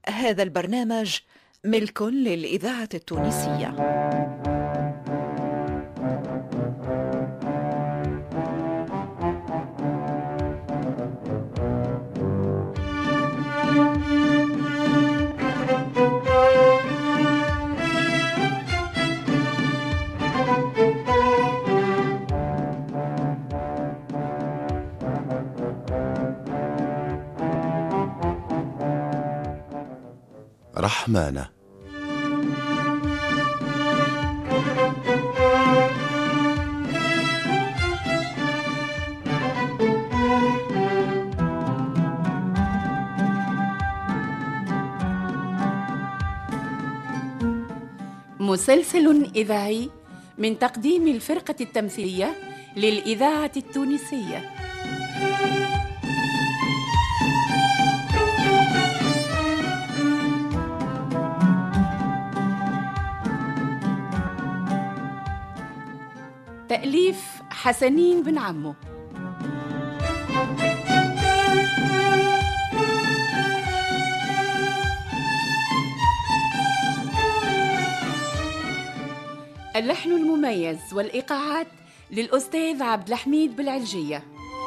هذا البرنامج ملك للإذاعة التونسية. رحمانة. مسلسل إذاعي من تقديم الفرقة التمثيلية للإذاعة التونسية. تأليف حسنين بن عمو. اللحن المميز والإيقاعات للأستاذ عبد الحميد بالعلجية.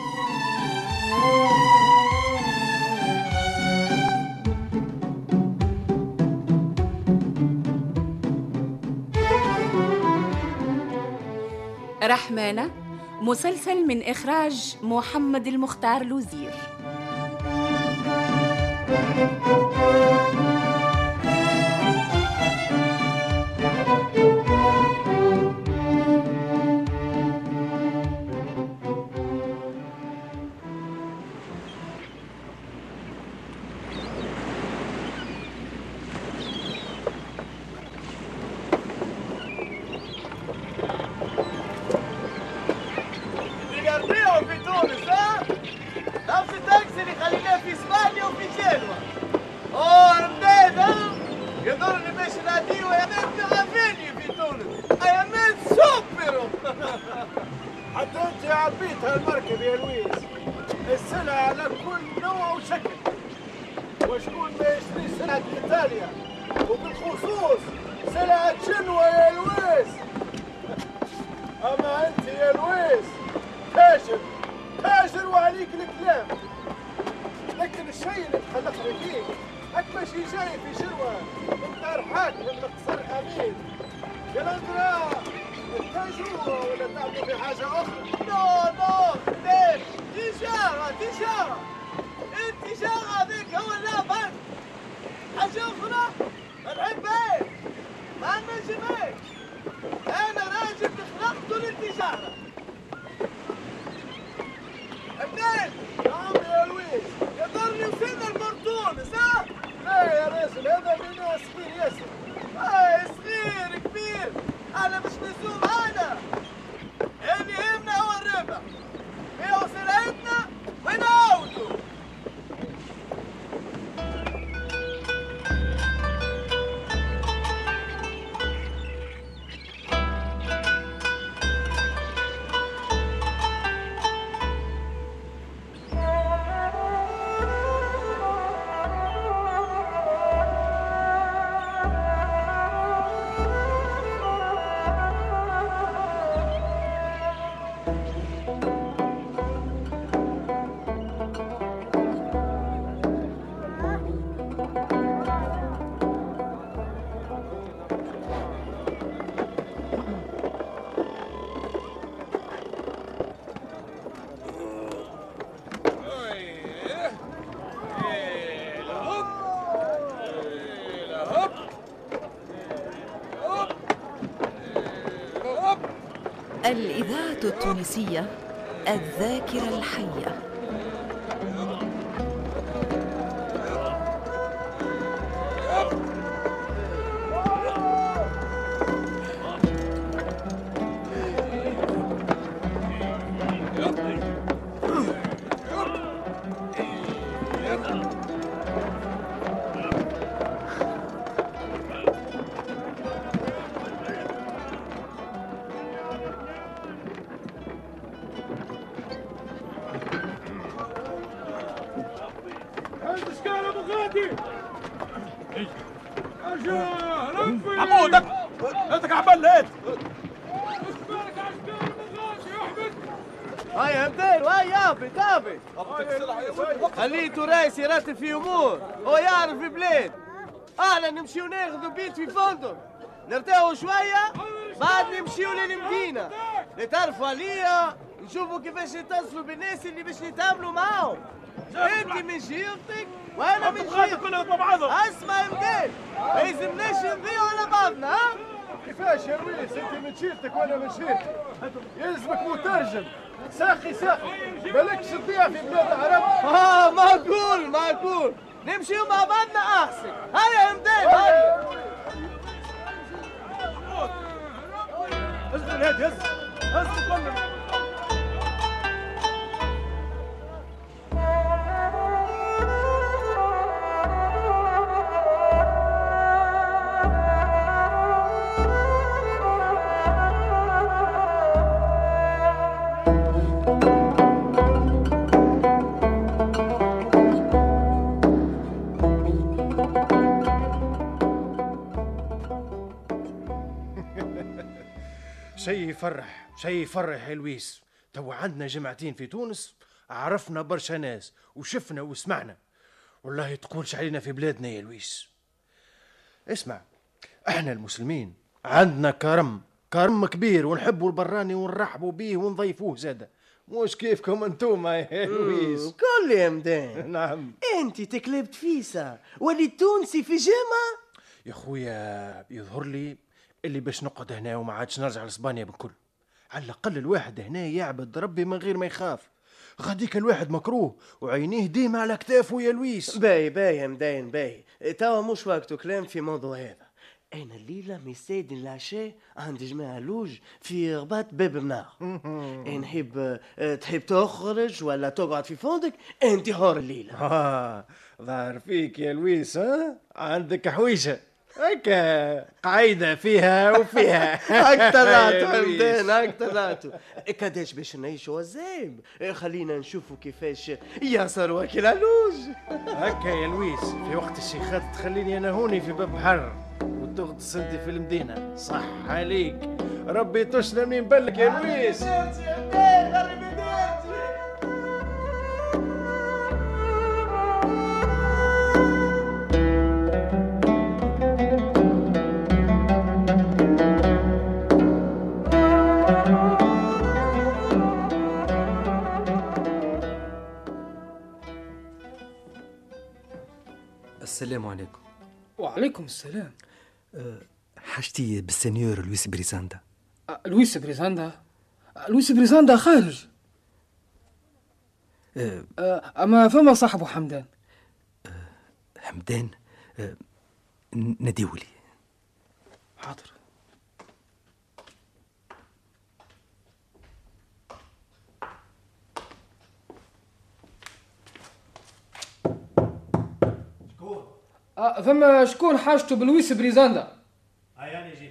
رحمانة مسلسل من إخراج محمد المختار لوزير. في تونس نفس التاكسي اللي خليناه في اسبانيا وفي جنوة. رمضان يضرني باش ناديو يا بنت غافيني في تونس. يا من سوبرو. حتى انت عبيتها المركب يا لويس، السلعة على كل نوع وشكل، وشكون ما يشتري سلعة ايطاليا وبالخصوص سلعة جنوة يا لويس. اما انت يا لويس تاجر وعليك الكلام، لكن الشيء اللي تخلقني فيه هك ماشي جاي في شروة من دار حاكم من قصر امين. يا لندرا تاجروا ولا تعملوا في حاجة أخرى؟ نو ليش؟ تجارة التجارة هذيك هو اللعبة. حاجة أخرى ما نحبهاش ما نجمهاش. أنا راجل خلقت للتجارة. منين؟ نعم يا لويس. يضرني وسيدنا المرتونس. لا يا راجل هذا منه صغير ياسر. صغير كبير انا مش لزوم. انا اللي يهمنا هو الربح. بيعوا سلعتنا ونعودوا. الإذاعة التونسية الذاكرة الحية. عمودك انت عبال لقيت هيا بدير وهيا بتابي خليتو رايس يرتب في امور هو يعرف بلاد. انا نمشيو ناخذوا بيت في فندق نرتاحوا شويه بعد نمشيو للمدينه نتعرفوا عليا نشوفوا كيفاش يتصلوا بالناس اللي باش نتعاملوا معاهم. انت من شيرتك وانا من شيرتك اسمع يا بدير ما يلزمناش نضيعوا على بعضنا. ها كيفاش يا لويس انت من شيرتك وانا من شيرتي يلزمك مترجم ساخي مالكش تضيع في بلاد العرب. معقول نمشيو مع بعضنا احسن. هيا يا مدين هيا اسمع هادي اسمع شيء يفرح يا لويس. تو عندنا جمعتين في تونس عرفنا برشا ناس وشفنا وسمعنا والله تقولش علينا في بلادنا يا لويس. اسمع احنا المسلمين عندنا كرم كبير ونحبوا البراني ونرحبوا بيه ونضيفوه زاده مش كيفكم انتم يا لويس. كل يا مدين نعم انت تكلبت فيسا وليد تونسي في جامعة يا خويا. يظهر لي اللي باش نقعد هنا وما عادش نرجع لاسبانيا بالكل. على الاقل الواحد هنا يعبد ربي من غير ما يخاف. غاديك الواحد مكروه وعينيه ديما على كتافه يا لويس. باهي يا مدين باهي توا مش وقت كلام في موضوع هذا. انا الليله ميساد العشاء عند جماعه لوج في رباط باب النار. نحب تحب تخرج ولا تقعد في فندق انت حر الليله. ظهر فيك يا لويس. عندك حويشه هكا قاعدة فيها وفيها. اكتراتو كداش باش نعيشوا الزايب. خلينا نشوفوا كيفاش ياسر وكيل علوج. هكا يا لويس في وقت الشيخات تخليني انا هوني في باب بحر وتغطس انت في المدينة. صح عليك ربي تسلم من بالك يا لويس. السلام عليكم. وعليكم السلام. حاجتي بالسنيور لويس بريزاندا. لويس بريزاندا خارج. أما فما صاحبه حمدان. حمدان نديولي. حاضر. فما شكون حاجته بلويس بريزاندا؟ هيا جيت.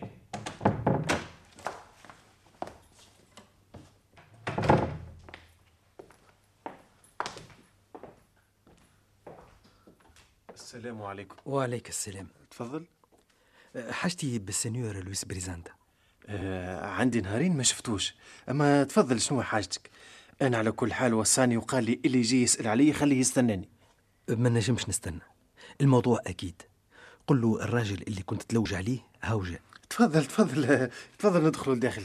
السلام عليكم. وعليك السلام. تفضل. حاجتي بالسنيور لويس بريزاندا. عندي نهارين ما شفتوش اما تفضل شنو حاجتك. انا على كل حال وصاني وقال لي اللي يجي يسأل علي خليه يستناني. ما نجمش نستنى الموضوع أكيد. قل له الراجل اللي كنت تلوج عليه هاو جاء. تفضل ندخلوا لداخل.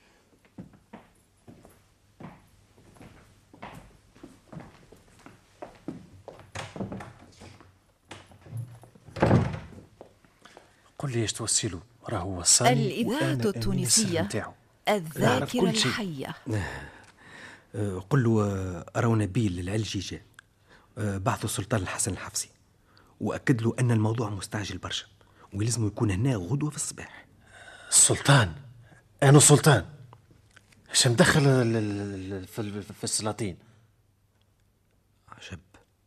قل لي ايش توصيله. راهو وصاني الإذاعة التونسية الذاكرة الحية. قل له راهو نبيل العلجي جاء بعثوا سلطان الحسن الحفصي وأكد له أن الموضوع مستعجل برشا ولازم يكون هنا غدوة في الصباح. السلطان؟ أنا السلطان ايش مدخل في السلاطين؟ عجب.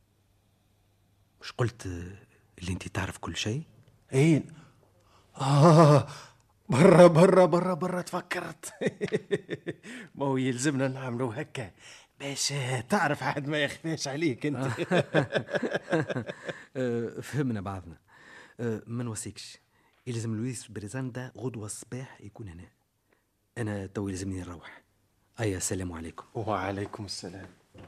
مش قلت اللي انت تعرف كل شيء؟ ايه برا تفكرت. ما هو يلزمنا نعملوا هكا باش تعرف حد ما يخفيش عليك انت. فهمنا بعضنا. ما نوصيكش، يلزم لويس بريزاندا غدوة الصباح يكون هنا. أنا تو يلزمني نروح. السلام عليكم. وعليكم السلام.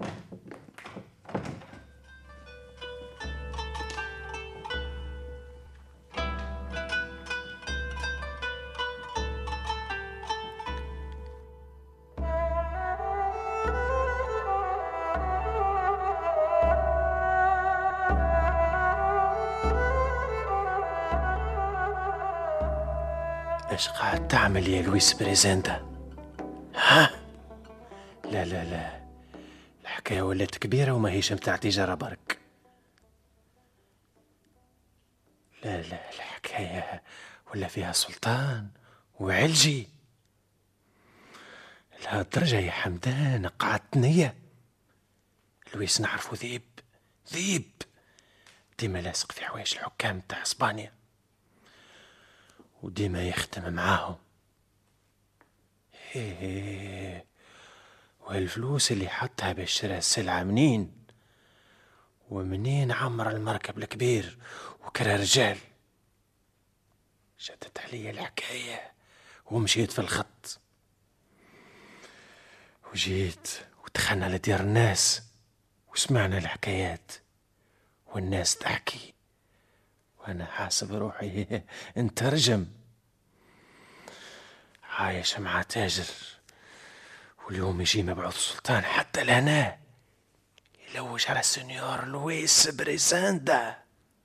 ايش قاعد تعمل يا لويس بريزندا؟ ها؟ لا لا لا، الحكاية ولات كبيرة وما هيش متاع تجارة برك. لا لا، الحكاية ولا فيها سلطان وعلجي لهالدرجة يا حمدان. قعدت نية. لويس نعرفه ذيب ديما لاصق في حوايج الحكام تاع اسبانيا وديما يختم معاهم. والفلوس اللي حطها باش شرا السلعة ومنين عمر المركب الكبير وكرا رجال. شدت علي الحكاية ومشيت في الخط وجيت ودخلنا لديار الناس وسمعنا الحكايات والناس تحكي وانا حاسب روحي انترجم. عايش مع تاجر واليوم يجي مبعوث السلطان حتى لهنا يلوج على السنيور لويس بريزاندا.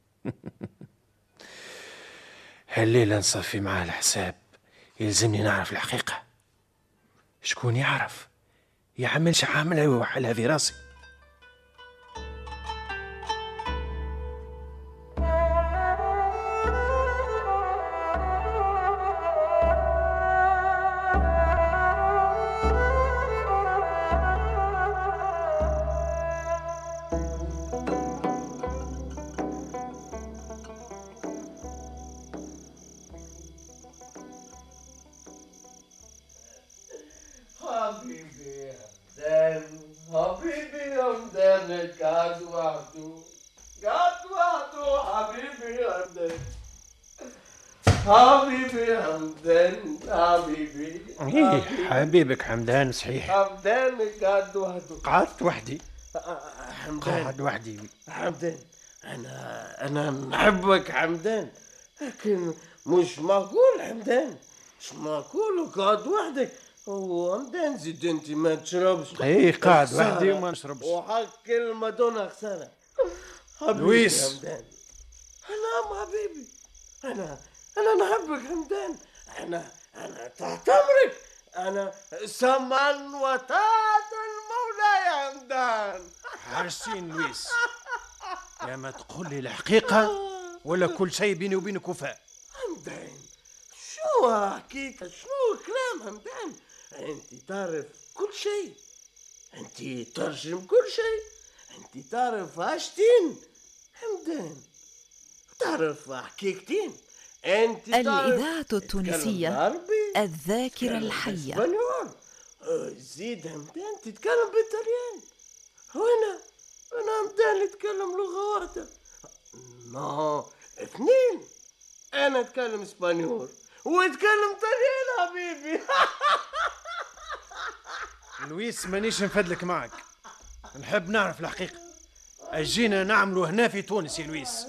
هالليلة نصفي معاه الحساب. يلزمني نعرف الحقيقة. شكون يعرف يعملش عاملها ويوحلها في راسي. حبيبي همدان قعد وحده حبيبي همدان حبيبك حمدان صحيح. همدان قعد وحده. قعدت وحدي. قعد وحدي. حمدان انا نحبك حمدان، لكن مش معقول حمدان، مش معقول قعد وحدك. وحمدان زيد انت ما تشربش. قاعد وحدي وما نشربش. وحق كلمة دون خسارة. لويس حمدان انا حبيبي، انا نحبك حمدان. انا تحت امرك. انا سمعا وطاعة المولى يا حمدان. حارسين لويس، يا ما تقول لي الحقيقة ولا كل شيء بيني وبينك وفاء. حمدان شو حكيت؟ شنو كلام حمدان؟ انت تعرف كل شيء، انت ترجم كل شيء، انت تعرف عشتين حمدان، تعرف حكيكتين. انت الإذاعة التونسية الذاكرة الحية. زيد حمدان تتكلم بالطليان، وانا حمدان نتكلم لغة واحدة. اثنين، انا اتكلم اسبانيول واتكلم طليان حبيبي. لويس مانيش نفدلك معك، نحب نعرف الحقيقة. اجينا نعملوا هنا في تونس يا لويس.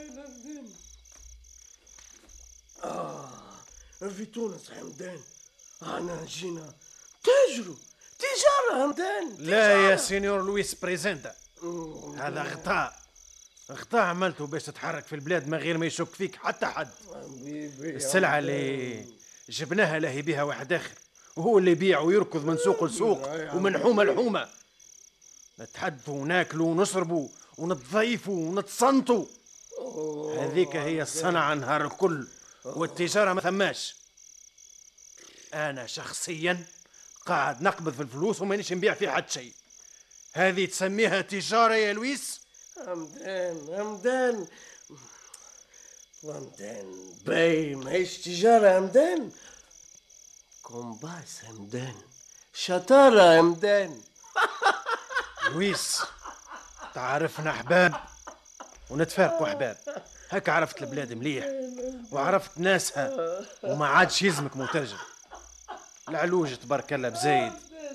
في تونس حمدان انا جينا تجارة حمدان. لا يا سينيور لويس بريزندا، هذا غطاء عملته باش تتحرك في البلاد من غير ما يشك فيك حتى حد. السلعة اللي جبناها لاهي بها واحد آخر، وهو اللي يبيع ويركض من سوق لسوق ومن حومة لحومة. نتحدثوا وناكلوا ونشربوا ونتضيفوا ونتصنتوا. هذيك هي الصنعة نهار الكل، والتجارة ما ثماش. أنا شخصيا قاعد نقبض في الفلوس ومانيش نبيع في حد شيء. هذه تسميها تجارة يا لويس؟ حمدان باي ماهيش تجارة حمدان، كومباس حمدان، شطارة حمدان. لويس تعرفنا أحباب ونتفارقوا أحباب. هك عرفت البلاد مليح وعرفت ناسها وما عادش يلزمك مترجم. العلوج تبارك الله بزايد.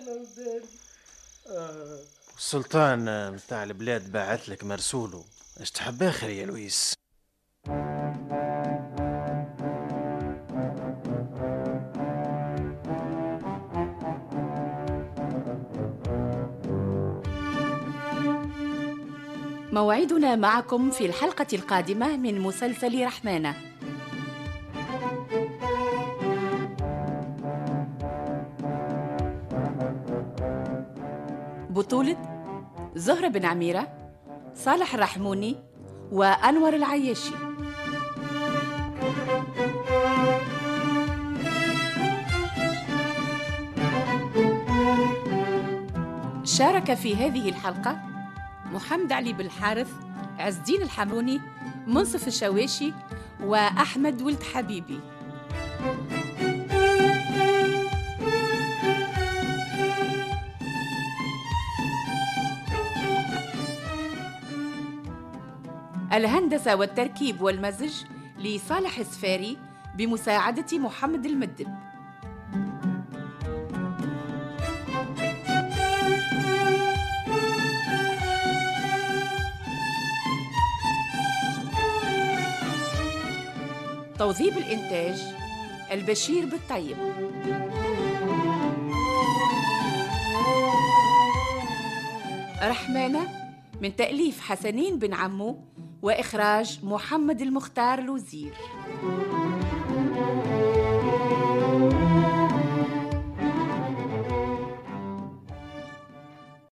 السلطان متاع البلاد باعث لك مرسوله. اش تحب اخر يا لويس؟ موعدنا معكم في الحلقة القادمة من مسلسل رحمانة. بطولة زهرة بن عميرة، صالح الرحموني، وأنور العياشي. شارك في هذه الحلقة محمد علي بالحارث، عز الدين الحموني، منصف الشواشي، وأحمد ولد حبيبي. الهندسة والتركيب والمزج لصالح السفاري بمساعدة محمد المدب. توظيف الإنتاج البشير بالطيب. رحمانة من تأليف حسنين بن عمو وإخراج محمد المختار لوزير.